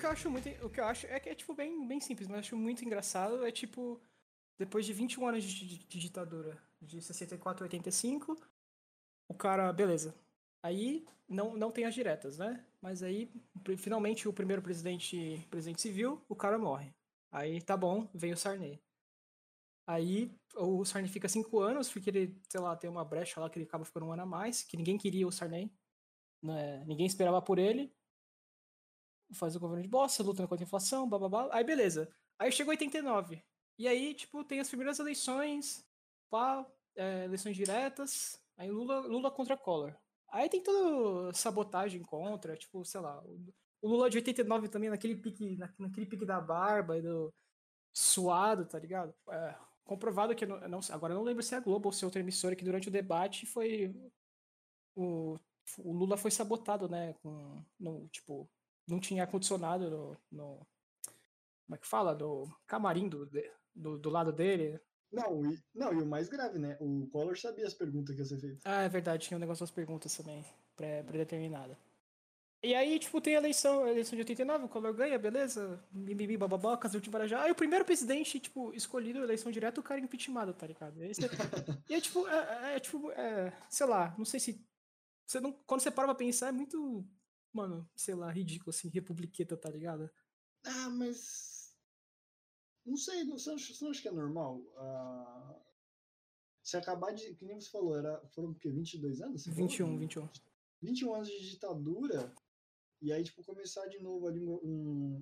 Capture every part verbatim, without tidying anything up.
que eu acho muito. O que eu acho é que é, tipo, bem, bem simples, mas eu acho muito engraçado. É tipo, depois de vinte e um anos de, de- de ditadura, de sessenta e quatro a oitenta e cinco, o cara, beleza. Aí não, não tem as diretas, né? Mas aí, pri- finalmente, o primeiro presidente, presidente civil, o cara morre. Aí tá bom, vem o Sarney. Aí o Sarney fica cinco anos, porque ele, sei lá, tem uma brecha lá que ele acaba ficando um ano a mais, que ninguém queria o Sarney, né? Ninguém esperava por ele. Faz o governo de bosta, lutando contra a inflação, blá blá blá. Aí beleza. Aí chegou oitenta e nove. E aí, tipo, tem as primeiras eleições, pá, é, eleições diretas. Aí Lula, Lula contra Collor. Aí tem toda sabotagem contra, tipo, sei lá. O, o Lula de oitenta e nove também, naquele pique, na, naquele pique da barba e do suado, tá ligado? É, comprovado que, não, não, agora eu não lembro se é a Globo ou se é outra emissora, que durante o debate foi o, o Lula foi sabotado, né? Com, no, tipo, não tinha ar-condicionado no, no. Como é que fala? No camarim do, do, do lado dele. Não e, não, e o mais grave, né? O Collor sabia as perguntas que ia ser feitas. Ah, é verdade, tinha um negócio das perguntas também, pré, pré-determinada. E aí, tipo, tem a eleição, a eleição de oitenta e nove, o Collor ganha, beleza? Mimimi, bababá, casa de Marajá. Aí o primeiro presidente, tipo, escolhido, eleição direta, o cara impeachmentado, tá ligado? E aí, você, e aí tipo, é, é, é, tipo, é, sei lá, não sei se. Você não, quando você para pra pensar, é muito, mano, sei lá, ridículo, assim, republiqueta, tá ligado? Ah, mas. Não sei, não, você, não, você não acha que é normal? Uh, se acabar de. Que nem você falou, era, foram o quê? vinte e dois anos? Você falou? vinte e um, De, vinte e um. vinte e um anos de ditadura, e aí, tipo, começar de novo ali um,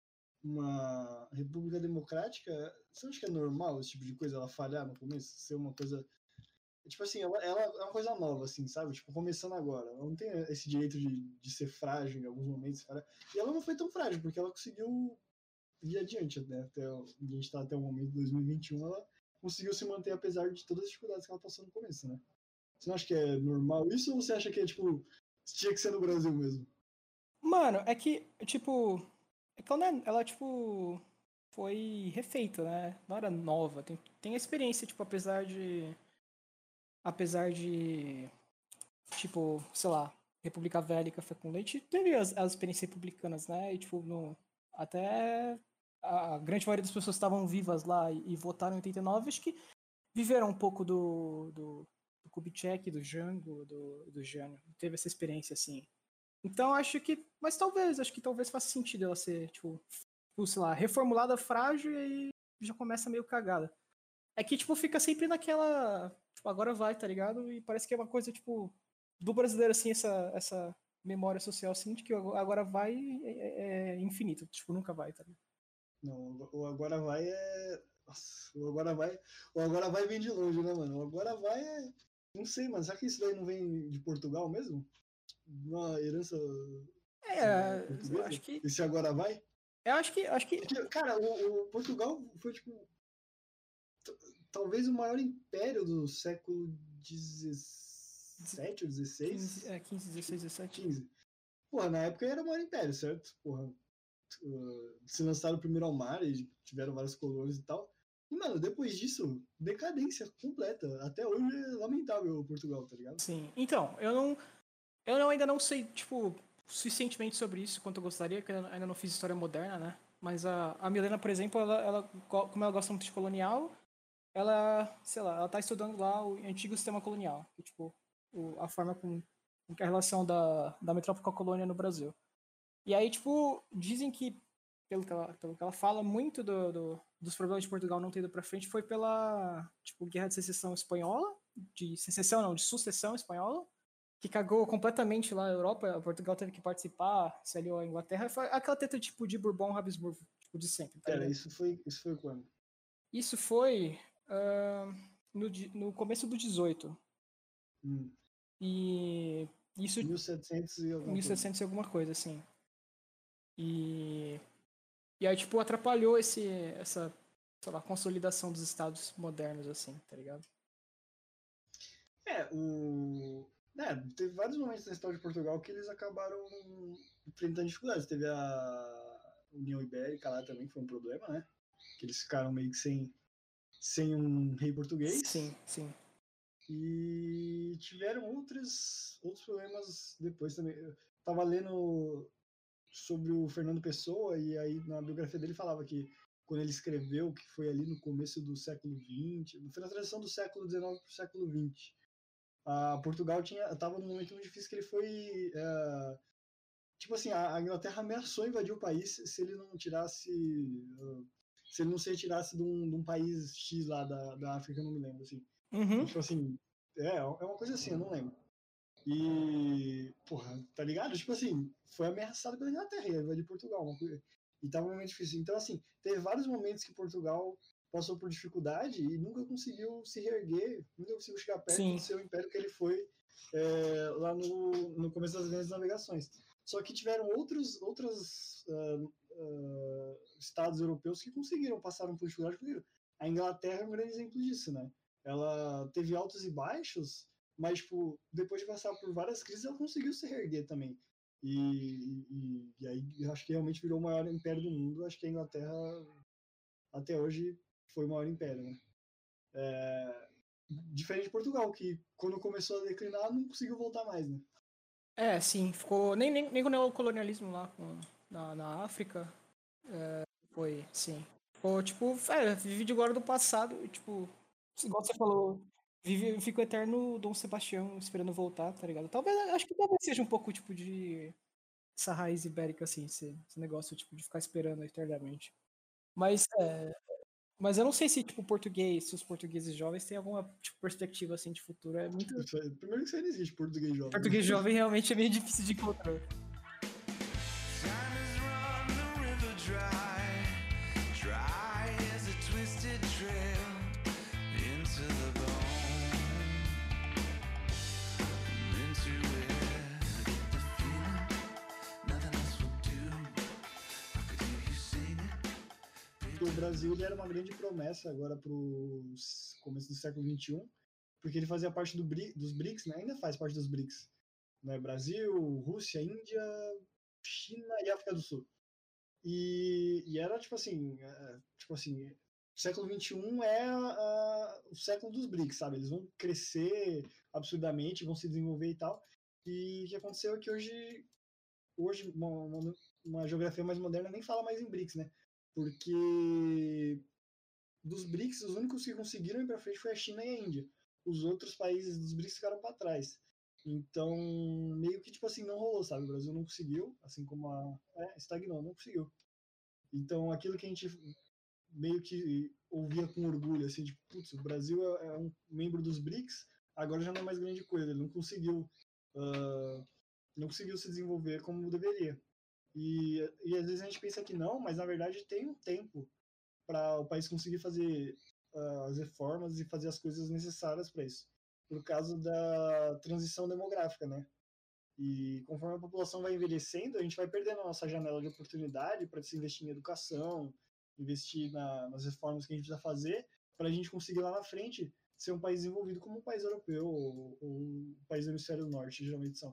uma república democrática, você não acha que é normal esse tipo de coisa, ela falhar no começo? Ser uma coisa. Tipo assim, ela, ela é uma coisa nova, assim, sabe? Tipo, começando agora. Ela não tem esse direito de, de ser frágil em alguns momentos. Cara. E ela não foi tão frágil, porque ela conseguiu ir adiante, né? Até, a gente tá até o momento de dois mil e vinte e um, ela conseguiu se manter apesar de todas as dificuldades que ela passou no começo, né? Você não acha que é normal isso ou você acha que é, tipo, tinha que ser no Brasil mesmo? Mano, é que, tipo. É que ela, não é- ela, tipo. Foi refeita, né? Não era nova. Tem, tem experiência, tipo, apesar de. Apesar de. Tipo, sei lá. República Velha e Café com Leite teve as, as experiências republicanas, né? E, tipo, no, até. A grande maioria das pessoas que estavam vivas lá e, e votaram em oitenta e nove, acho que viveram um pouco do. do, do Kubitschek, do Jango, do, do Jânio. Teve essa experiência, assim. Então acho que. Mas talvez, acho que talvez faça sentido ela ser, tipo, tipo, sei lá, reformulada frágil e aí já começa meio cagada. É que, tipo, fica sempre naquela. Tipo, agora vai, tá ligado? E parece que é uma coisa, tipo, do brasileiro, assim, essa, essa memória social, assim, de que agora vai é, é infinito. Tipo, nunca vai, tá ligado? Não, o agora vai é. Nossa, o agora vai. O agora vai vem de longe, né, mano? O agora vai é. Não sei, mano. Será que isso daí não vem de Portugal mesmo? Uma herança é, É, eu acho portuguesa? que. Esse agora vai? Eu acho que. Acho que. Porque, cara, o, o Portugal foi, tipo, t- talvez o maior império do século dezessete ou quinze, dezesseis? é, quinze, dezesseis, dezessete. quinze. Porra, na época era o maior império, certo? Porra, uh, se lançaram primeiro ao mar e tiveram várias colônias e tal. E, mano, depois disso, decadência completa. Até hoje é lamentável o Portugal, tá ligado? Sim. Então, eu não. Eu não, ainda não sei, tipo, suficientemente sobre isso quanto eu gostaria, que eu ainda não fiz história moderna, né? Mas a, a Milena, por exemplo, ela, ela, como ela gosta muito de colonial, ela, sei lá, ela tá estudando lá o antigo sistema colonial, que, tipo, o, a forma com, com que a relação da, da metrópole com a colônia no Brasil. E aí, tipo, dizem que, pelo que ela, pelo que ela fala, muito do, do, dos problemas de Portugal não ter ido pra frente foi pela, tipo, guerra de secessão espanhola, de secessão não, de sucessão espanhola, que cagou completamente lá na Europa. Portugal teve que participar, se aliou à Inglaterra. Foi aquela treta tipo de Bourbon Habsburgo, tipo de sempre, tá Pera, ligado? isso foi, isso foi quando? Isso foi uh, no, no começo do dezoito. Hum, E isso mil e setecentos e alguma mil e coisa. setecentos e alguma coisa, assim. E, e aí, tipo, atrapalhou esse, essa, sei lá, consolidação dos estados modernos, assim, tá ligado? É, o. É, teve vários momentos na história de Portugal que eles acabaram enfrentando dificuldades. Teve a União Ibérica lá também, que foi um problema, né? Que eles ficaram meio que sem, sem um rei Sim, português. sim. E tiveram outros, outros problemas depois também. Eu tava lendo sobre o Fernando Pessoa, e aí na biografia dele falava que quando ele escreveu, que foi ali no começo do século vinte, foi na transição do século dezenove para o século vinte, a Portugal estava num momento muito difícil que ele foi... É, tipo assim, a Inglaterra ameaçou invadir o país se ele não tirasse... Uh, se ele não se retirasse de um, de um país X lá da, da África, eu não me lembro, assim. Uhum. E, tipo assim, é, é uma coisa assim, eu não lembro. E, porra, tá ligado? Tipo assim, foi ameaçado pela Inglaterra, ia invadir Portugal, uma coisa... E tava um momento difícil. Então, assim, teve vários momentos que Portugal passou por dificuldade e nunca conseguiu se reerguer, nunca conseguiu chegar perto Sim. do seu império que ele foi é, lá no, no começo das grandes navegações. Só que tiveram outros, outros uh, uh, estados europeus que conseguiram, passaram por dificuldade. Porque a Inglaterra é um grande exemplo disso, né? Ela teve altos e baixos, mas tipo, depois de passar por várias crises, ela conseguiu se reerguer também. E, e, e aí acho que realmente virou o maior império do mundo. Acho que a Inglaterra até hoje foi o maior império, né? É, diferente de Portugal, que quando começou a declinar não conseguiu voltar mais, né? É, sim, ficou. Nem, nem, nem com o neocolonialismo lá com, na, na África. É, foi, sim. Ficou, tipo, é, vive de agora do passado, e, tipo, igual você falou, vive, fica o eterno Dom Sebastião esperando voltar, tá ligado? Talvez, acho que talvez seja um pouco, tipo, de essa raiz ibérica, assim, esse, esse negócio, tipo, de ficar esperando eternamente. Mas, é, mas eu não sei se, tipo, português, se os portugueses jovens têm alguma, tipo, perspectiva, assim, de futuro. É muito... Primeiro que isso aí não existe, português jovem. Português jovem realmente é meio difícil de encontrar. O Brasil ele era uma grande promessa agora para o começo do século vinte e um, porque ele fazia parte do, dos BRICS, né? Ainda faz parte dos BRICS. Né? Brasil, Rússia, Índia, China e África do Sul. E, e era tipo assim, é, tipo assim, o século vinte e um é a, a, o século dos BRICS, sabe? Eles vão crescer absurdamente, vão se desenvolver e tal. E o que aconteceu é que hoje, hoje uma, uma, uma geografia mais moderna nem fala mais em BRICS, né? Porque dos BRICS, os únicos que conseguiram ir para frente foi a China e a Índia. Os outros países dos BRICS ficaram para trás. Então, meio que, tipo assim, não rolou, sabe? O Brasil não conseguiu, assim como a... É, estagnou, não conseguiu. Então, aquilo que a gente meio que ouvia com orgulho, assim, tipo, putz, o Brasil é, é um membro dos BRICS, agora já não é mais grande coisa, ele não conseguiu, uh, não conseguiu se desenvolver como deveria. E, e às vezes a gente pensa que não, mas na verdade tem um tempo para o país conseguir fazer uh, as reformas e fazer as coisas necessárias para isso, por causa da transição demográfica, né? E conforme a população vai envelhecendo, a gente vai perdendo a nossa janela de oportunidade para se investir em educação, investir na, nas reformas que a gente precisa fazer, para a gente conseguir lá na frente ser um país desenvolvido como um país europeu ou, ou um país do hemisfério norte, geralmente são.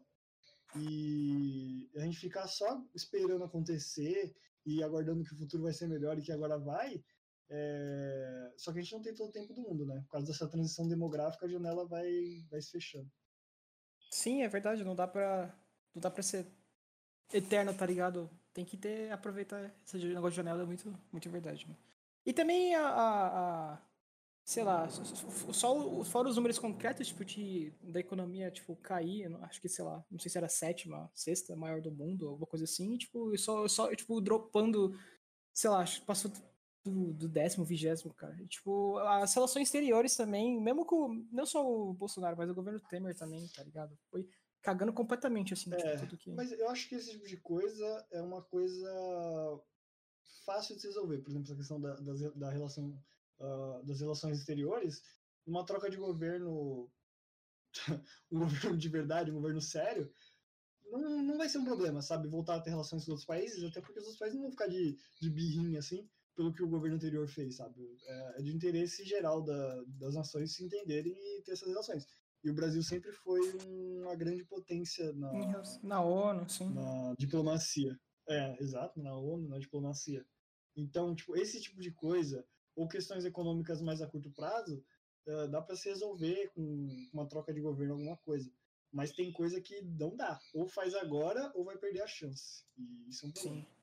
E a gente ficar só esperando acontecer e aguardando que o futuro vai ser melhor e que agora vai, é... só que a gente não tem todo o tempo do mundo, né? Por causa dessa transição demográfica, a janela vai, vai se fechando. Sim, é verdade, não dá pra, não dá pra ser eterno, tá ligado? Tem que ter, aproveitar esse negócio de janela, é muito, muito verdade. Mano. E também a, a, a sei lá, só, fora os números concretos, tipo, de, da economia, tipo, cair, acho que, sei lá, não sei se era a sétima, sexta maior do mundo, alguma coisa assim, e, tipo, só, só, tipo, dropando, sei lá, passou do, do décimo, vigésimo, cara. E, tipo, as relações exteriores também, mesmo com, não só o Bolsonaro, mas o governo Temer também, tá ligado? Foi cagando completamente, assim, É, tipo, tudo que... mas eu acho que esse tipo de coisa é uma coisa fácil de se resolver. Por exemplo, a questão da, da, da relação, uh, das relações exteriores, uma troca de governo, um governo de verdade, um governo sério, não, não vai ser um problema, sabe? Voltar a ter relações com outros países, até porque os outros países não vão ficar de, de birrinha, assim, pelo que o governo anterior fez, sabe? É, é de interesse geral da, das nações se entenderem e ter essas relações. E o Brasil sempre foi uma grande potência na, Na ONU, sim. na diplomacia. É, exato, na ONU, na diplomacia. Então, tipo, esse tipo de coisa, ou questões econômicas mais a curto prazo, uh, dá para se resolver com uma troca de governo, alguma coisa. Mas tem coisa que não dá. Ou faz agora, ou vai perder a chance. E isso é um problema. Sim.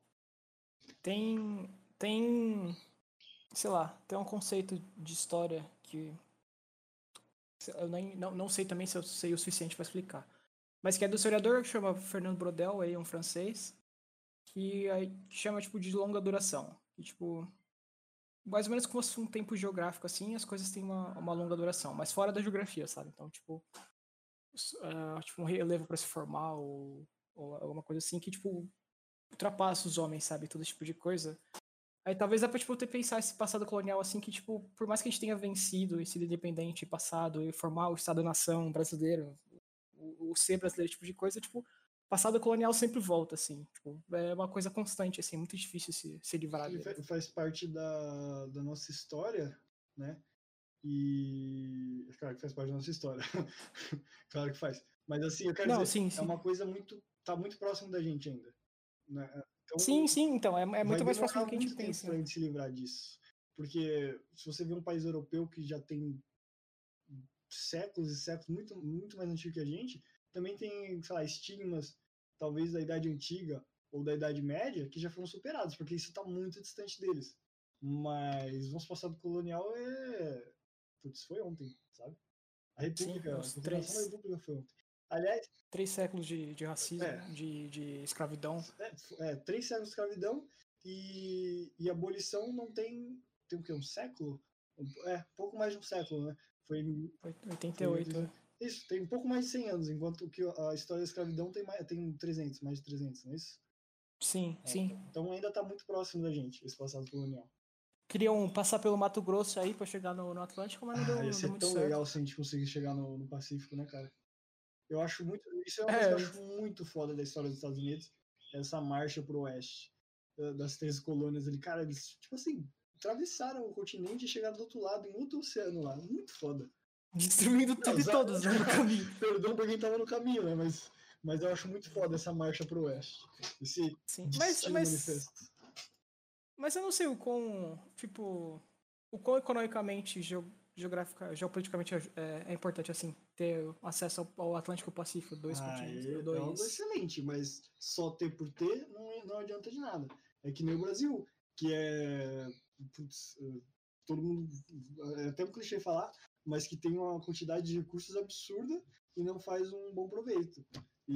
Tem, tem, sei lá, tem um conceito de história que eu nem, não, não sei também se eu sei o suficiente para explicar. Mas que é do historiador que chama Fernando Brodel, aí um francês, que aí chama tipo de longa duração. E, tipo, mais ou menos como se fosse um tempo geográfico assim, as coisas têm uma, uma longa duração, mas fora da geografia, sabe? Então, tipo, uh, tipo um relevo para se formar ou, ou alguma coisa assim que tipo ultrapassa os homens, sabe? Todo tipo de coisa. Aí talvez dá pra, tipo, ter pensar esse passado colonial assim que, tipo, por mais que a gente tenha vencido e sido independente passado e formar o Estado-nação brasileiro, o, o ser brasileiro, tipo de coisa, tipo, passado colonial sempre volta, assim. Tipo, é uma coisa constante, assim, muito difícil se, se livrar Ele dele. faz parte da, da nossa história, né? E. Claro que faz parte da nossa história. Claro que faz. Mas assim, eu quero Não, dizer, sim, é sim. uma coisa muito. Tá muito próximo da gente ainda. Né? Sim, Então, sim, então, é, é vai muito mais próximo demorar do que a gente muito tempo para pensa. a gente se livrar disso. Porque se você vê um país europeu que já tem séculos e séculos, muito, muito mais antigo que a gente, também tem, sei lá, estigmas, talvez da Idade Antiga ou da Idade Média, que já foram superados, porque isso está muito distante deles. Mas nosso passado colonial é. Putz, foi ontem, sabe? A Sim, República, a os Confederação da três, República foi ontem. Aliás, três séculos de, de racismo, é, de, de escravidão. é, é, três séculos de escravidão e, e abolição não tem. Tem o quê? Um século? É, pouco mais de um século, né? Foi em oitenta e Foi oito isso, tem um pouco mais de cem anos, enquanto que a história da escravidão tem, mais, tem trezentos, mais de trezentos, não é isso? Sim, É, sim. então ainda está muito próximo da gente, esse passado colonial. Queriam passar pelo Mato Grosso aí pra chegar no, no Atlântico, mas não Ah, deu, ia não deu ser muito tão certo. legal se a gente conseguir chegar no, no Pacífico, né, cara? Eu acho muito. Isso é uma coisa que eu É, acho muito foda da história dos Estados Unidos, essa marcha pro oeste, das três colônias ali. Cara, eles, tipo assim, atravessaram o continente e chegaram do outro lado, em outro oceano lá. Muito foda. destruindo Não, tudo e todos, né, no caminho. perdão pra quem tava no caminho, né? Mas, mas eu acho muito foda essa marcha pro oeste. Esse Sim, mas, destino mas, manifesto. mas eu não sei o quão, tipo, o quão economicamente, geo, geográfica, geopoliticamente é, é importante, assim, ter acesso ao, ao Atlântico e ao Pacífico, dois Ah, continentes, é, é algo dois... excelente, mas só ter por ter não, não adianta de nada. É que nem o Brasil, que é. Putz, todo mundo. É até um clichê falar, mas que tem uma quantidade de recursos absurda e não faz um bom proveito.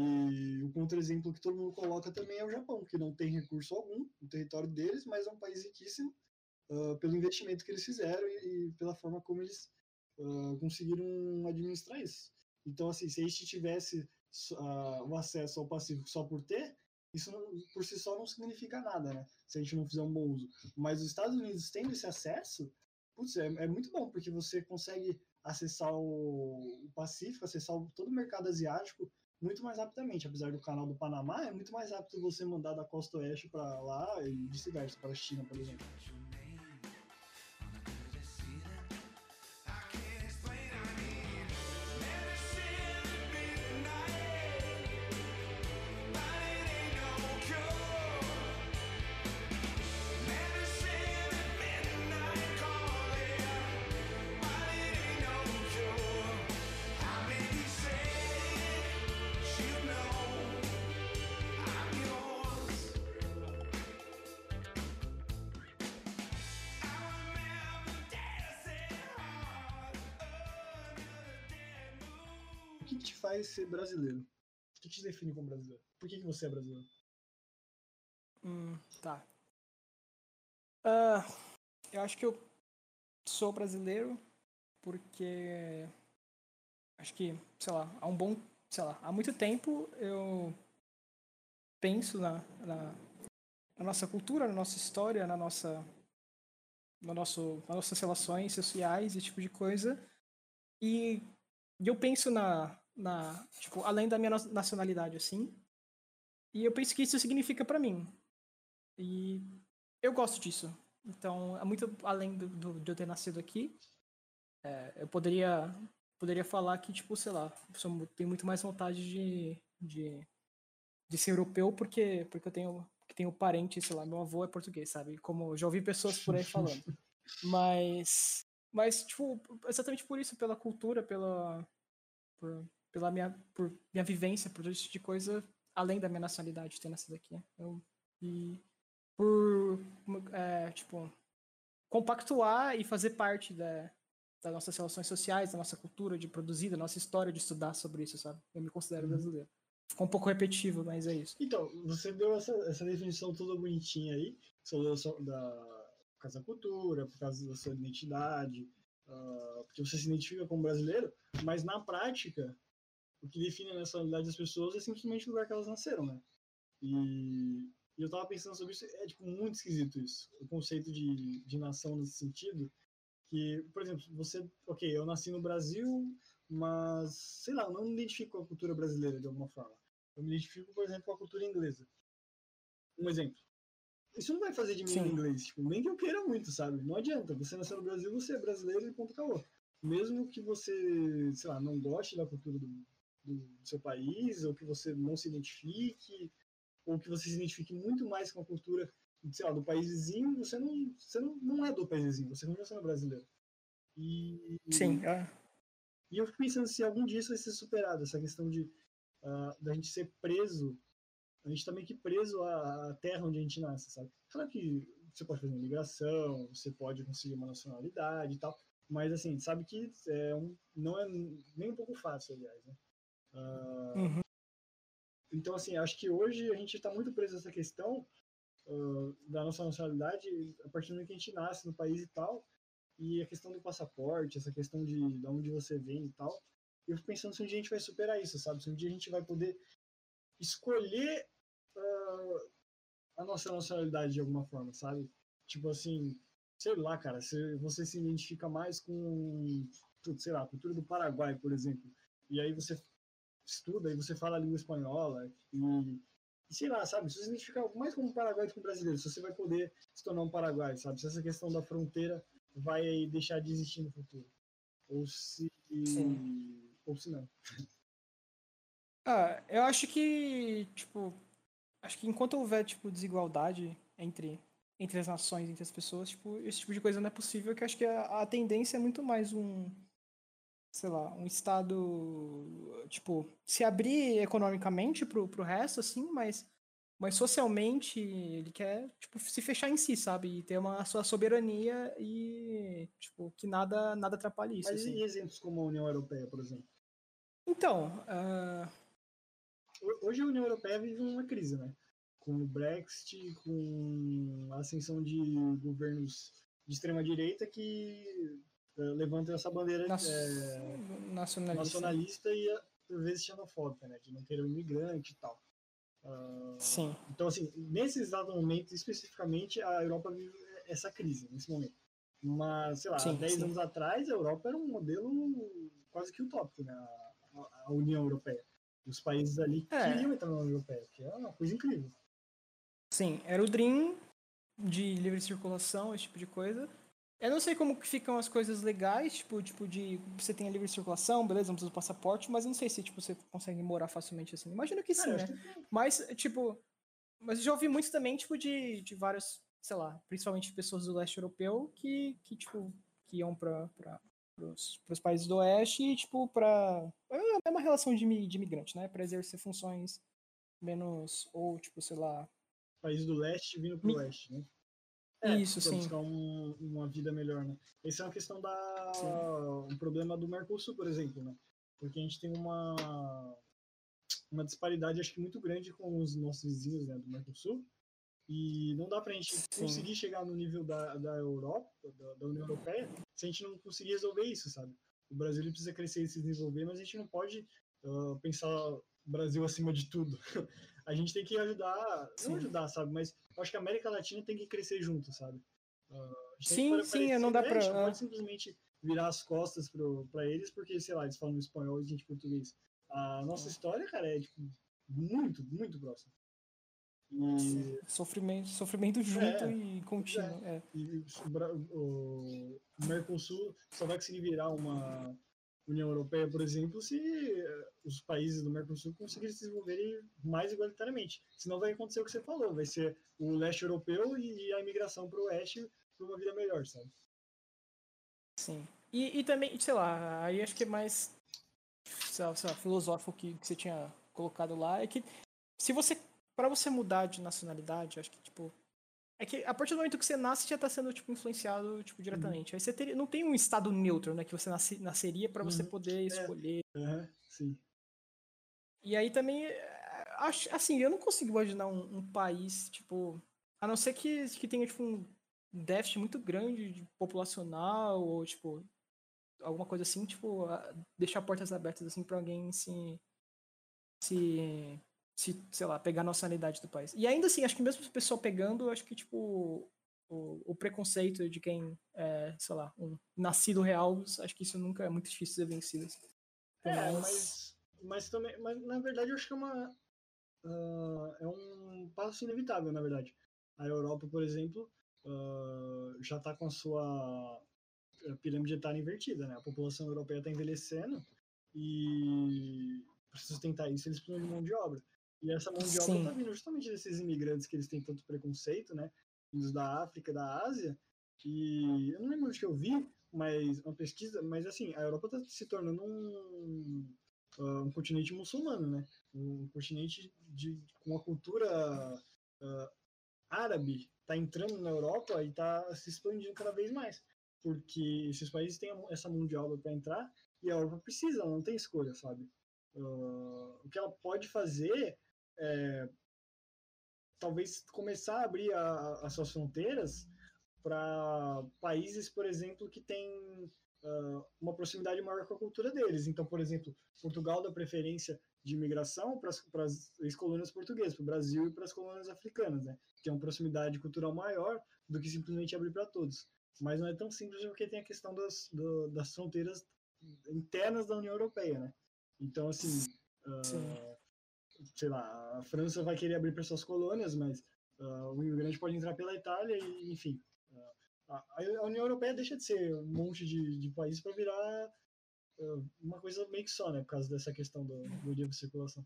E o contra-exemplo que todo mundo coloca também é o Japão, que não tem recurso algum no território deles, mas é um país riquíssimo uh, pelo investimento que eles fizeram e, e pela forma como eles uh, conseguiram administrar isso. Então, assim, se a gente tivesse uh, o acesso ao Pacífico só por ter, isso não, por si só não significa nada, né? Se a gente não fizer um bom uso. Mas os Estados Unidos tendo esse acesso, putz, é, é muito bom, porque você consegue acessar o, o Pacífico, acessar o, todo o mercado asiático muito mais rapidamente. Apesar do canal do Panamá, é muito mais rápido você mandar da costa oeste para lá e vice-versa, para a China, por exemplo. O que, que te faz ser brasileiro? O que, que te define como brasileiro? Por que, que você é brasileiro? Hum, tá. Uh, eu acho que eu sou brasileiro porque acho que, sei lá, há um bom, sei lá, há muito tempo eu penso na, na, na nossa cultura, na nossa história, na nossa, no nosso, nas nossas relações sociais, esse tipo de coisa. E, e eu penso na, na, tipo, além da minha nacionalidade, assim. E eu penso que isso significa pra mim. E eu gosto disso. Então, é muito além do, do, de eu ter nascido aqui. É, eu poderia, poderia falar que, tipo, sei lá, eu sou, tenho muito mais vontade de, de, de ser europeu porque, porque eu tenho, que tenho parente, sei lá, meu avô é português, sabe? Como eu já ouvi pessoas por aí falando. Mas, mas tipo, exatamente por isso, pela cultura, pela, por, pela minha, por minha vivência, por esse tipo de coisa, além da minha nacionalidade, ter nascido aqui. Eu, e por, é, tipo, compactuar e fazer parte da, das nossas relações sociais, da nossa cultura de produzir, da nossa história de estudar sobre isso, sabe? Eu me considero brasileiro. Ficou um pouco repetitivo, mas é isso. Então, você deu essa, essa definição toda bonitinha aí, sobre a sua- da, por causa da cultura, por causa da sua identidade, uh, porque você se identifica como brasileiro, mas na prática, o que define a nacionalidade das pessoas é simplesmente o lugar que elas nasceram, né? E, e eu tava pensando sobre isso, é tipo muito esquisito isso, o conceito de, de nação nesse sentido, que, por exemplo, você, ok, eu nasci no Brasil, mas, sei lá, eu não me identifico com a cultura brasileira de alguma forma. Eu me identifico, por exemplo, com a cultura inglesa. Um exemplo. Isso não vai fazer de mim um Sim. inglês, tipo, nem que eu queira muito, sabe? Não adianta. Você nasceu no Brasil, você é brasileiro e ponto acabou. Mesmo que você, sei lá, não goste da cultura do, do seu país, ou que você não se identifique, ou que você se identifique muito mais com a cultura, sei lá, do país vizinho, você não, você não, não é do país vizinho, você continua sendo brasileiro. E, Sim, é. e eu fico pensando se algum dia isso vai ser superado, essa questão de uh, da gente ser preso, a gente tá meio que preso à, à terra onde a gente nasce, sabe? Claro que você pode fazer uma migração, você pode conseguir uma nacionalidade e tal, mas assim, sabe que é um, não é nem um pouco fácil, aliás, né? Uh, Uhum. Então, assim, acho que hoje a gente está muito preso a essa questão uh, da nossa nacionalidade a partir do momento que a gente nasce no país e tal, e a questão do passaporte, essa questão de, de onde você vem e tal. Eu fico pensando se um dia a gente vai superar isso, sabe? Se um dia a gente vai poder escolher uh, a nossa nacionalidade de alguma forma, sabe? Tipo assim, sei lá, cara, se você se identifica mais com, sei lá, a cultura do Paraguai, por exemplo, e aí você estuda e você fala a língua espanhola e, e sei lá, sabe? Se você se identificar mais como paraguaio do que um brasileiro, se você vai poder se tornar um paraguaio, sabe? Se essa questão da fronteira vai deixar de existir no futuro. Ou se. Sim. Ou se não. Ah, eu acho que, tipo, acho que enquanto houver, tipo, desigualdade entre, entre as nações, entre as pessoas, tipo, esse tipo de coisa não é possível, que eu acho que a, a tendência é muito mais um, sei lá, um estado, tipo, se abrir economicamente pro, pro resto, assim, mas, mas socialmente ele quer, tipo, se fechar em si, sabe? E ter uma a sua soberania e, tipo, que nada, nada atrapalhe isso, Mas assim. e exemplos como a União Europeia, por exemplo? Então, uh, Hoje a União Europeia vive uma crise, né? Com o Brexit, com a ascensão de governos de extrema-direita que uh, levantam essa bandeira nas, é, nacionalista. nacionalista e, por vezes, xenofóbica, né? De não querer um imigrante e tal. Uh, Sim. então, assim, nesse exato momento, especificamente, a Europa vive essa crise, nesse momento. Mas, sei lá, há Sim, dez sim. anos atrás, a Europa era um modelo quase que utópico, né? A, a União Europeia. Os países ali É, queriam entrar na União Europeia, que é uma coisa incrível. sim. Era o Dream de livre circulação, esse tipo de coisa. Eu não sei como que ficam as coisas legais, tipo, tipo de você tem a livre circulação, beleza, não precisa do passaporte, mas eu não sei se tipo você consegue morar facilmente assim. Imagino que Cara, sim, eu acho né? que tem. Mas tipo, mas eu já ouvi muito também tipo de, de vários, sei lá, principalmente pessoas do leste europeu que que tipo que iam para para os países do oeste e tipo para é a mesma relação de, de imigrante, né, para exercer funções menos ou tipo, sei lá, País do leste vindo pro mi... oeste, né? É, isso, para sim. buscar um, uma vida melhor, né? Essa é uma questão Sim. da. Um problema do Mercosul, por exemplo, né? Porque a gente tem uma uma disparidade, acho que muito grande com os nossos vizinhos, né, do Mercosul, e não dá para a gente Sim. conseguir chegar no nível da, da Europa, da, da União Europeia, se a gente não conseguir resolver isso, sabe? O Brasil ele precisa crescer e se desenvolver, mas a gente não pode uh, pensar o Brasil acima de tudo. A gente tem que ajudar, não Sim. ajudar, sabe? Mas eu acho que a América Latina tem que crescer junto, sabe? Uh, a gente tem que Sim, sim, não parecer, dá né? A pra. gente não É, pode simplesmente virar as costas para eles, porque, sei lá, eles falam espanhol e a gente português. A nossa história, cara, é tipo, muito, muito próxima. sim. E Sofrimento, sofrimento junto é, e pois é. contínuo. É. E o, Bra- o- o Mercosul só vai conseguir virar uma União Europeia, por exemplo, se eh, os países do Mercosul conseguirem se desenvolverem mais igualitariamente. Senão vai acontecer o que você falou, vai ser o leste europeu e a imigração para o oeste para uma vida melhor, sabe? Sim. E, e também, sei lá, aí acho que é mais. sei lá, sei lá, filosófico que, que você tinha colocado lá é que se você, para você mudar de nacionalidade, acho que tipo é que a partir do momento que você nasce já está sendo tipo influenciado tipo Uhum. diretamente. Aí você teria, não tem um estado neutro, né, que você nasce, nasceria para você Uhum. poder É, escolher. aham, sim. E aí também é, acho assim, eu não consigo imaginar um, um país tipo, a não ser que que tenha tipo um déficit muito grande de populacional ou tipo alguma coisa assim, tipo, a- deixar portas abertas assim para alguém se se, se, sei lá, pegar a nacionalidade do país. E ainda assim, acho que mesmo o pessoal pegando, acho que, tipo, o, o preconceito de quem é, sei lá, um nascido real, acho que isso nunca é muito difícil de ser vencido. Assim. Por É, mais... mas, mas também, mas na verdade eu acho que é uma, ah, é um passo inevitável, na verdade. A Europa, por exemplo, ah, já está com a sua pirâmide etária invertida, né? A população europeia está envelhecendo e para sustentar isso eles precisam de mão de obra. E essa mão de obra está Sim, vindo justamente desses imigrantes que eles têm tanto preconceito, né? Vindos da África, da Ásia. E eu não lembro onde que eu vi, mas uma pesquisa, mas assim, a Europa está se tornando um, uh, um continente muçulmano, né? Um continente de, com uma cultura uh, árabe está entrando na Europa e está se expandindo cada vez mais, porque esses países têm essa mão de obra para entrar e a Europa precisa, ela não tem escolha, sabe? Uh, o que ela pode fazer é talvez começar a abrir a, as suas fronteiras para países, por exemplo, que têm uh, uma proximidade maior com a cultura deles. Então, por exemplo, Portugal dá preferência de imigração para as ex-colônias portuguesas, para o Brasil e para as colônias africanas, né? Que é uma proximidade cultural maior do que simplesmente abrir para todos. Mas não é tão simples porque tem a questão das, do, das fronteiras internas da União Europeia, né? Então, assim, sim. uh, sei lá, a França vai querer abrir para suas colônias, mas uh, o imigrante pode entrar pela Itália e, enfim. Uh, a, a União Europeia deixa de ser um monte de, de países para virar uh, uma coisa meio que só, né? Por causa dessa questão do, do livre circulação.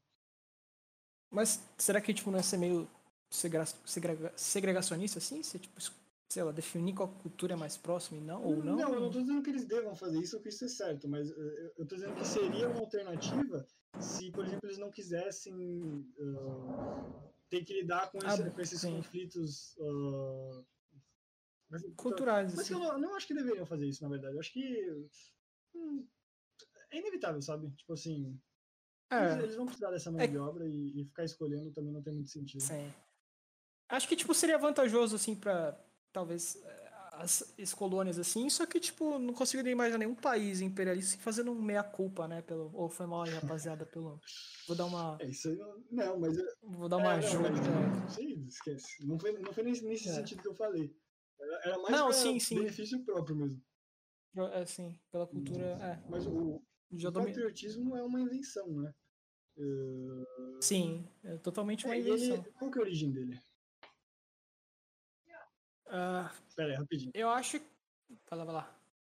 Mas será que, tipo, não ia ser meio segra, segrega, segregacionista, assim? Você, tipo, sei lá, definir qual cultura é mais próxima e não, ou Não, eu não não? estou dizendo que eles devam fazer isso ou que isso é certo, mas uh, eu estou dizendo que seria uma alternativa se, por exemplo, eles não quisessem uh, ter que lidar com, Ah, esse, com esses sim. conflitos uh, Mas, então, Culturais, mas que eu assim. não, não acho que deveriam fazer isso, na verdade. Eu acho que hum, é inevitável, sabe? Tipo assim, eles, É, eles vão precisar dessa mão é, de obra e, e ficar escolhendo também não tem muito sentido. sim. Acho que, tipo, seria vantajoso, assim, pra, talvez, eh, as, as colônias, assim, só que, tipo, não consigo nem imaginar nenhum país imperialista assim, fazendo um meia-culpa, né, pelo, ou foi mal aí, rapaziada, pelo, vou dar uma, É isso aí, não, não, mas é, vou dar uma é, não, mas ajuda, sim, esquece. Não foi, não foi nesse, nesse é. sentido que eu falei. Era, era mais Não, para sim, sim, benefício próprio mesmo. assim, pela cultura, é, Mas o, já o domi... patriotismo é uma invenção, né? Uh, Sim, é totalmente uma é, e ele, invenção. qual que é a origem dele? Ah, Pera aí, rapidinho. eu acho, vai lá, vai lá.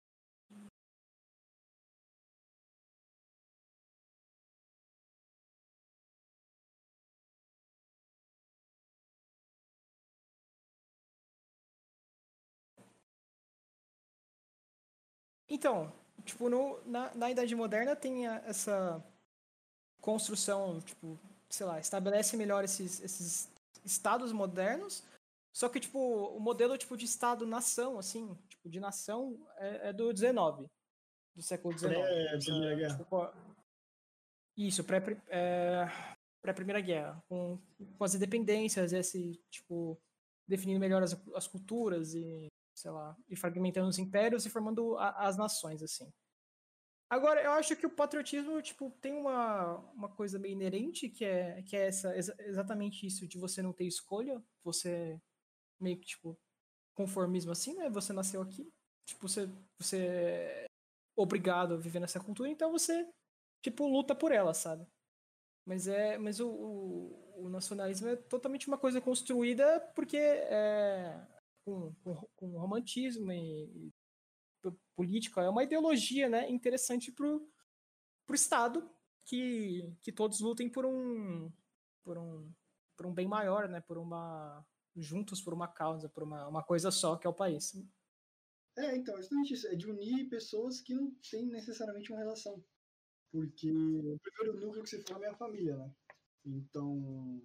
Então, tipo, no, na, na Idade Moderna tem a- essa construção, tipo, sei lá, estabelece melhor esses, esses estados modernos, só que, tipo, o modelo, tipo, de estado-nação, assim, tipo, de nação é, é do dezenove, do século dezenove. Pré-Primeira Essa, Guerra. tipo, co- isso, pré, é, pré-Primeira Guerra, com, com as independências, esse, tipo, definindo melhor as, as culturas e, sei lá, e fragmentando os impérios e formando a, as nações, assim. Agora, eu acho que o patriotismo, tipo, tem uma, uma coisa meio inerente, que é, que é essa, exa- exatamente isso, de você não ter escolha, você meio que, tipo, conformismo assim, né? Você nasceu aqui, tipo, você, você é obrigado a viver nessa cultura, então você, tipo, luta por ela, sabe? Mas é, mas o, o, o nacionalismo é totalmente uma coisa construída porque é com, com, com romantismo e, e política, é uma ideologia, né, interessante pro pro Estado que, que todos lutem por um, por um por um bem maior, né? Por uma juntos por uma causa, por uma, uma coisa só que é o país. É, então, é justamente isso. É de unir pessoas que não têm necessariamente uma relação porque o primeiro núcleo que se forma é a família, né? Então,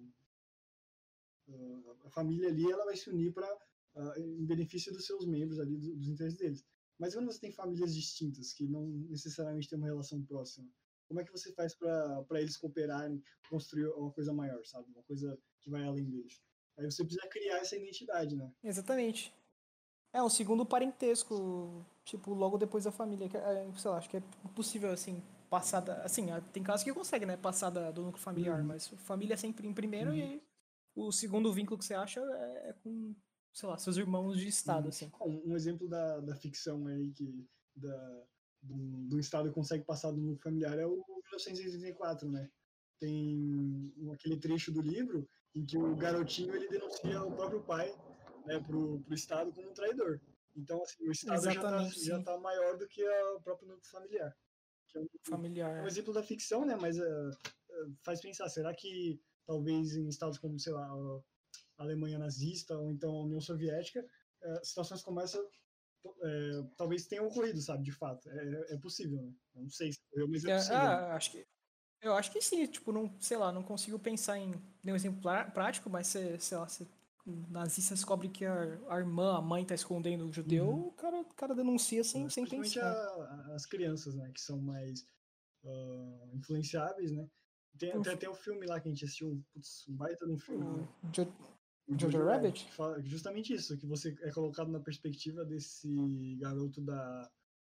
a família ali ela vai se unir para uh, em benefício dos seus membros ali, dos, dos interesses deles. Mas quando você tem famílias distintas, que não necessariamente têm uma relação próxima, como é que você faz para eles cooperarem, construir uma coisa maior, sabe? Uma coisa que vai além deles. Aí você precisa criar essa identidade, né? Exatamente. É um segundo parentesco, tipo, logo depois da família. Que é, sei lá, acho que é impossível, assim, passar da... Assim, tem casos que consegue, né? Passar da, do núcleo familiar, Uhum, mas família é sempre em primeiro uhum, e o segundo vínculo que você acha é, é com, sei lá, seus irmãos de estado, uhum. assim. Um, um exemplo da, da ficção aí que da, do, do estado que consegue passar do núcleo familiar é o mil novecentos e oitenta e quatro, né? Tem aquele trecho do livro em que o garotinho ele denuncia o próprio pai, né, pro, pro estado como um traidor. Então, assim, o estado já tá, Exatamente, já sim. tá maior do que o próprio núcleo familiar. Que é, um, é um Familiar. exemplo da ficção, né? Mas uh, faz pensar, será que talvez em estados como, sei lá, a Alemanha nazista ou então a União Soviética, uh, situações como essa é, talvez tenham ocorrido, sabe, de fato. É, é possível, né? Eu não sei se ocorreu, mas é É, possível. ah, acho que eu acho que sim, tipo, não, sei lá, não consigo pensar em nenhum exemplo plá- prático, mas você, sei lá, você, o nazista descobre que a, a irmã, a mãe tá escondendo o judeu, Uhum. o cara, o cara denuncia sem, sem Principalmente a, pensar. a, as crianças, né, que são mais uh, influenciáveis, né? Tem, tem até o filme lá que a gente assistiu, putz, um baita de um filme, O né? Jo- O Jojo Jojo Rabbit? Rabbit, que fala justamente isso, que você é colocado na perspectiva desse garoto da,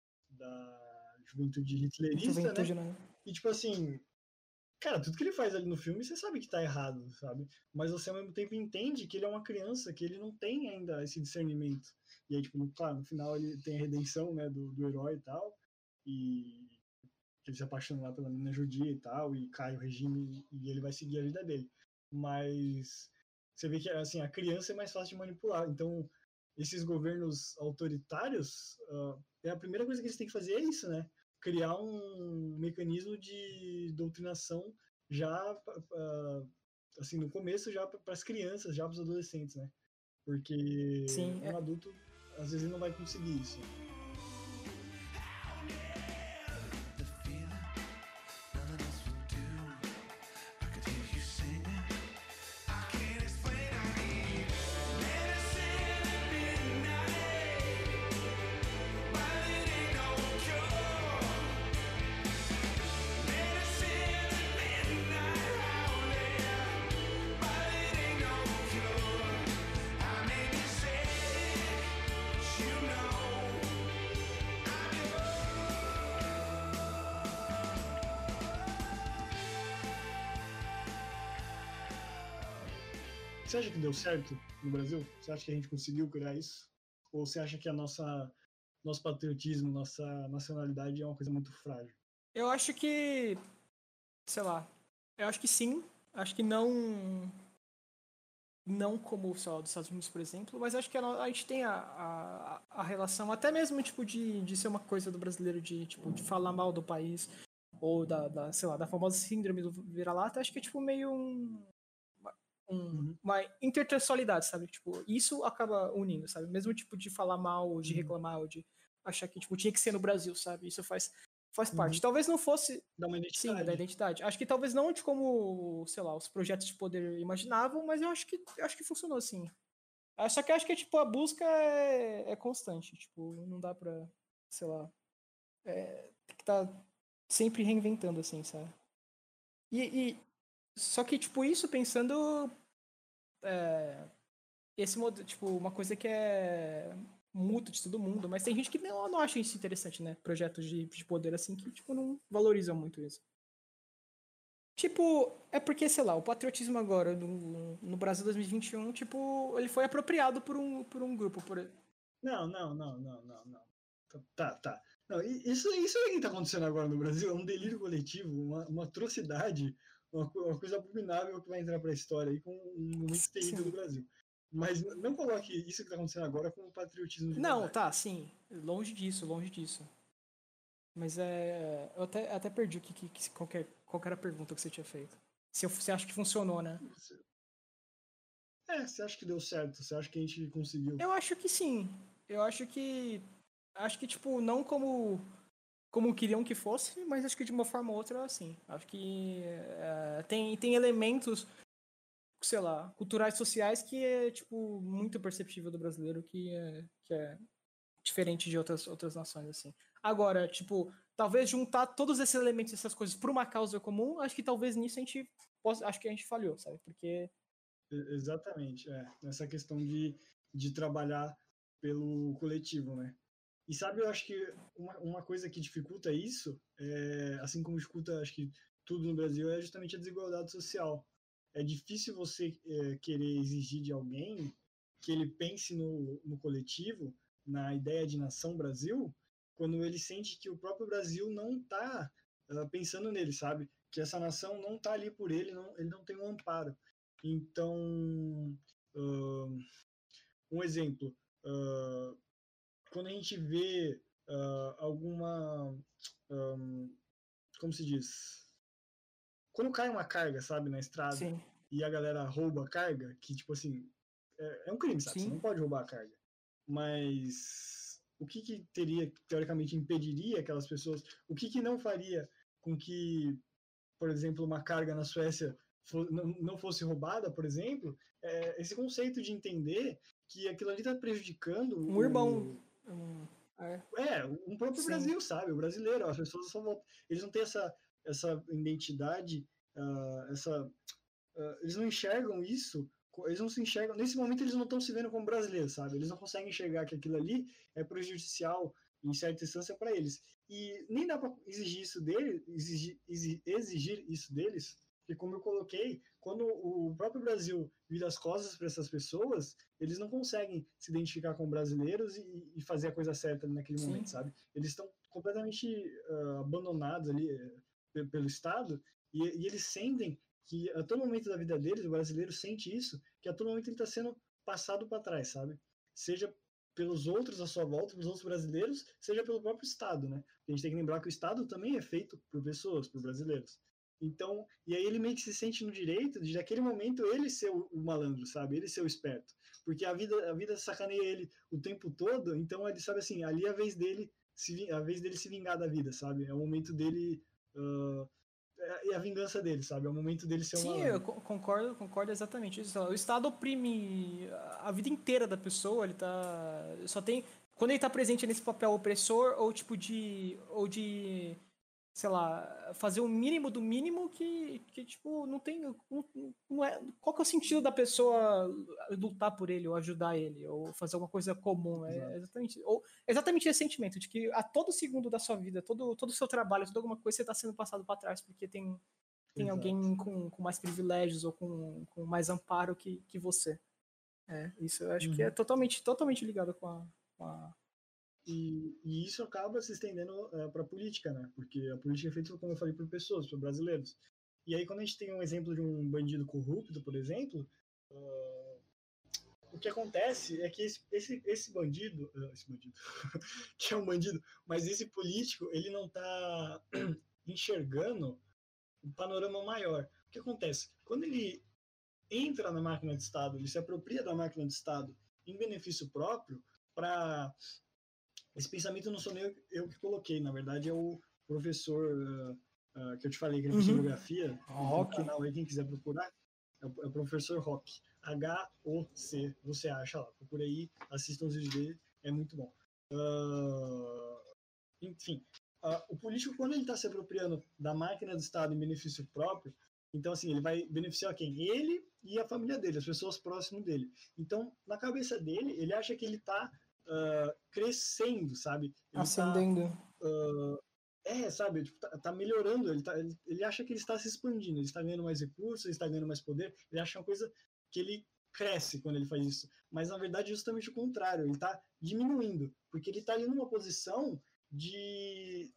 da juventude hitlerista, né? Juventude, né? E tipo assim, cara, tudo que ele faz ali no filme, você sabe que tá errado, sabe? Mas você ao mesmo tempo entende que ele é uma criança, que ele não tem ainda esse discernimento. E aí, tipo, no, claro, no final ele tem a redenção, né, do, do herói e tal, e ele se apaixona lá pela menina judia e tal, e cai o regime e ele vai seguir a vida dele. Mas você vê que, assim, a criança é mais fácil de manipular. Então, esses governos autoritários, uh, é a primeira coisa que eles têm que fazer é isso, né? Criar um mecanismo de doutrinação já, uh, assim, no começo já para as crianças, já para os adolescentes, né? Porque Sim, um é, adulto, às vezes, não vai conseguir isso. Você acha que deu certo no Brasil? Você acha que a gente conseguiu criar isso? Ou você acha que a nossa nosso patriotismo, nossa nacionalidade é uma coisa muito frágil? eu acho que, sei lá, eu acho que sim, acho que não, não como, sei lá, dos Estados Unidos, por exemplo, mas acho que a, no- a gente tem a, a, a relação, até mesmo, tipo, de, de ser uma coisa do brasileiro, de, tipo, de falar mal do país, ou da, da, sei lá, da famosa síndrome do vira-lata, acho que é, tipo, meio um, um, Uhum, uma intertextualidade, sabe? Tipo, isso acaba unindo, sabe? Mesmo tipo de falar mal, ou de uhum, reclamar, ou de achar que tipo tinha que ser no Brasil, sabe? Isso faz faz parte. uhum. Talvez não fosse, Dá uma sim, da identidade. identidade. Acho que talvez não de como, sei lá, os projetos de poder imaginavam, mas eu acho que eu acho que funcionou assim. Ah, só que eu acho que tipo a busca é, é constante, tipo, não dá pra, sei lá, é, tem que estar tá sempre reinventando assim, sabe? E, e só que tipo isso pensando é, esse modelo, tipo, uma coisa que é mútuo de todo mundo, mas tem gente que não, não acha isso interessante, né? Projetos de, de poder assim que, tipo, não valorizam muito isso. Tipo, é porque, sei lá, o patriotismo agora no, no Brasil dois mil e vinte e um, tipo, ele foi apropriado por um, por um grupo. Por... Não, não, não, não, não, não. Tá, tá. Não, isso, isso aí que tá acontecendo agora no Brasil é um delírio coletivo, uma, uma atrocidade, uma, uma coisa abominável que vai entrar pra história aí com um momento terrível do Sim. Brasil. Mas não coloque isso que tá acontecendo agora como patriotismo de Não, verdade. tá, sim. Longe disso, longe disso. Mas é. Eu até, até perdi o que, que, que- qual, que é- qual que era a pergunta que você tinha feito. Se eu- você acha que funcionou, né? É, você acha que deu certo? Você acha que a gente conseguiu? Eu acho que sim. Eu acho que. Acho que, tipo, não como. como queriam que fosse, mas acho que de uma forma ou outra, assim. Acho que é, tem, tem elementos, sei lá, culturais, sociais que é, tipo, muito perceptível do brasileiro, que é, que é diferente de outras, outras nações, assim. Agora, tipo, talvez juntar todos esses elementos, essas coisas, por uma causa comum, acho que talvez nisso a gente possa, acho que a gente falhou, sabe? Porque... Exatamente, é. Nessa questão de, de trabalhar pelo coletivo, né? E sabe, eu acho que uma, uma coisa que dificulta isso, é, assim como dificulta, acho que tudo no Brasil, é justamente a desigualdade social. É difícil você é, querer exigir de alguém que ele pense no, no coletivo, na ideia de nação Brasil, quando ele sente que o próprio Brasil não está uh, pensando nele, sabe? Que essa nação não está ali por ele, não, ele não tem um amparo. Então, uh, um exemplo, uh, quando a gente vê uh, alguma, um, como se diz, quando cai uma carga, sabe, na estrada, Sim, e a galera rouba a carga, que tipo assim, é, é um crime, sabe, você sim, não pode roubar a carga, mas o que que teria, teoricamente, impediria aquelas pessoas, o que que não faria com que, por exemplo, uma carga na Suécia não fosse roubada, por exemplo, é esse conceito de entender que aquilo ali está prejudicando um irmão. o, Um, é, é, um próprio sim, Brasil, sabe? O brasileiro, as pessoas só vão, eles não têm essa, essa identidade, uh, essa, uh, eles não enxergam isso, eles não se enxergam, nesse momento eles não estão se vendo como brasileiros, sabe? Eles não conseguem enxergar que aquilo ali é prejudicial, em certa instância, para eles. E nem dá para exigir isso deles, exigir, exigir isso deles, porque como eu coloquei, quando o próprio Brasil vira as costas para essas pessoas, eles não conseguem se identificar com brasileiros e, e fazer a coisa certa naquele sim. momento, sabe? Eles estão completamente uh, abandonados ali uh, pelo Estado e, e eles sentem que a todo momento da vida deles, o brasileiro sente isso, que a todo momento ele está sendo passado para trás, sabe? Seja pelos outros à sua volta, pelos outros brasileiros, seja pelo próprio Estado, né? A gente tem que lembrar que o Estado também é feito por pessoas, por brasileiros. Então, e aí ele meio que se sente no direito de, naquele momento, ele ser o, o malandro, sabe? Ele ser o esperto. Porque a vida, a vida sacaneia ele o tempo todo, então ele sabe assim, ali é a vez dele se, a vez dele se vingar da vida, sabe? É o momento dele... Uh, é a vingança dele, sabe? É o momento dele ser um Sim, eu malandro. concordo, concordo exatamente isso. O Estado oprime a vida inteira da pessoa, ele tá. Só tem. Quando ele tá presente nesse papel opressor, ou tipo de. Ou de. Sei lá, fazer o mínimo do mínimo que, que tipo, não tem. Não, não é, qual que é o sentido da pessoa lutar por ele, ou ajudar ele, ou fazer alguma coisa comum? É Exato. exatamente. Ou exatamente esse sentimento de que a todo segundo da sua vida, todo, todo o seu trabalho, toda alguma coisa, você está sendo passado para trás, porque tem tem Exato. alguém com, com mais privilégios ou com, com mais amparo que, que você. É, isso eu acho que é Uhum. totalmente, totalmente ligado com a. Com a... E, e isso acaba se estendendo uh, para a política, né? Porque a política é feita, como eu falei, por pessoas, por brasileiros. E aí, quando a gente tem um exemplo de um bandido corrupto, por exemplo, uh, o que acontece é que esse, esse, esse bandido, uh, esse bandido, que é um bandido, mas esse político, ele não está enxergando um panorama maior. O que acontece? Quando ele entra na máquina de Estado, ele se apropria da máquina de Estado em benefício próprio, para esse pensamento não sou nem eu, eu que coloquei, na verdade é o professor uh, uh, que eu te falei, que é professor de Uhum. geografia, ele tem um Rock. canal aí, quem quiser procurar, é o, é o professor Rock, H O C, você acha lá, procura aí, assista os vídeos dele, é muito bom. Uh, enfim, uh, o político, quando ele está se apropriando da máquina do Estado em benefício próprio, então, assim, ele vai beneficiar quem? Ele e a família dele, as pessoas próximas dele. Então, na cabeça dele, ele acha que ele está uh, crescendo, sabe? Ele está... Ascendendo. Uh, é, sabe? Tipo, tá, tá melhorando, ele, tá, ele, ele acha que ele está se expandindo, ele está ganhando mais recursos, ele está ganhando mais poder, ele acha uma coisa que ele cresce quando ele faz isso. Mas, na verdade, é justamente o contrário, ele está diminuindo, porque ele está ali numa posição de...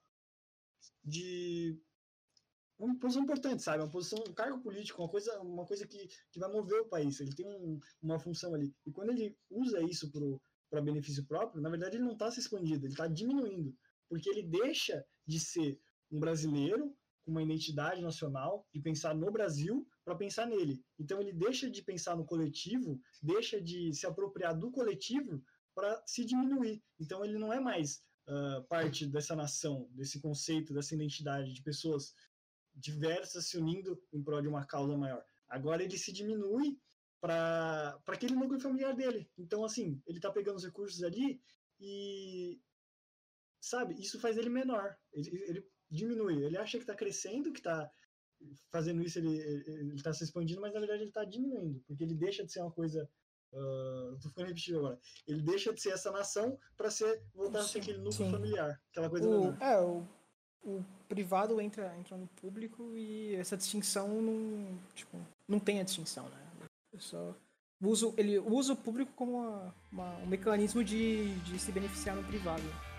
de uma posição importante, sabe? Uma posição, um cargo político, uma coisa, uma coisa que, que vai mover o país. Ele tem um, uma função ali. E quando ele usa isso para benefício próprio, na verdade ele não está se expandindo, ele está diminuindo. Porque ele deixa de ser um brasileiro com uma identidade nacional, de pensar no Brasil, para pensar nele. Então ele deixa de pensar no coletivo, deixa de se apropriar do coletivo para se diminuir. Então ele não é mais uh, parte dessa nação, desse conceito, dessa identidade de pessoas diversas se unindo em prol de uma causa maior. Agora ele se diminui para aquele núcleo familiar dele. Então, assim, ele está pegando os recursos ali e, sabe, isso faz ele menor. Ele, ele diminui. Ele acha que está crescendo, que está fazendo isso, ele está se expandindo, mas na verdade ele está diminuindo, porque ele deixa de ser uma coisa... Uh, tô ficando repetido agora. Ele deixa de ser essa nação para ser voltar sim, a ser aquele núcleo sim. familiar, aquela coisa o, menor. É, o, o privado entra, entra no público e essa distinção não, tipo, não tem a distinção, né? Eu só uso, ele usa o público como uma, uma, um mecanismo de, de se beneficiar no privado.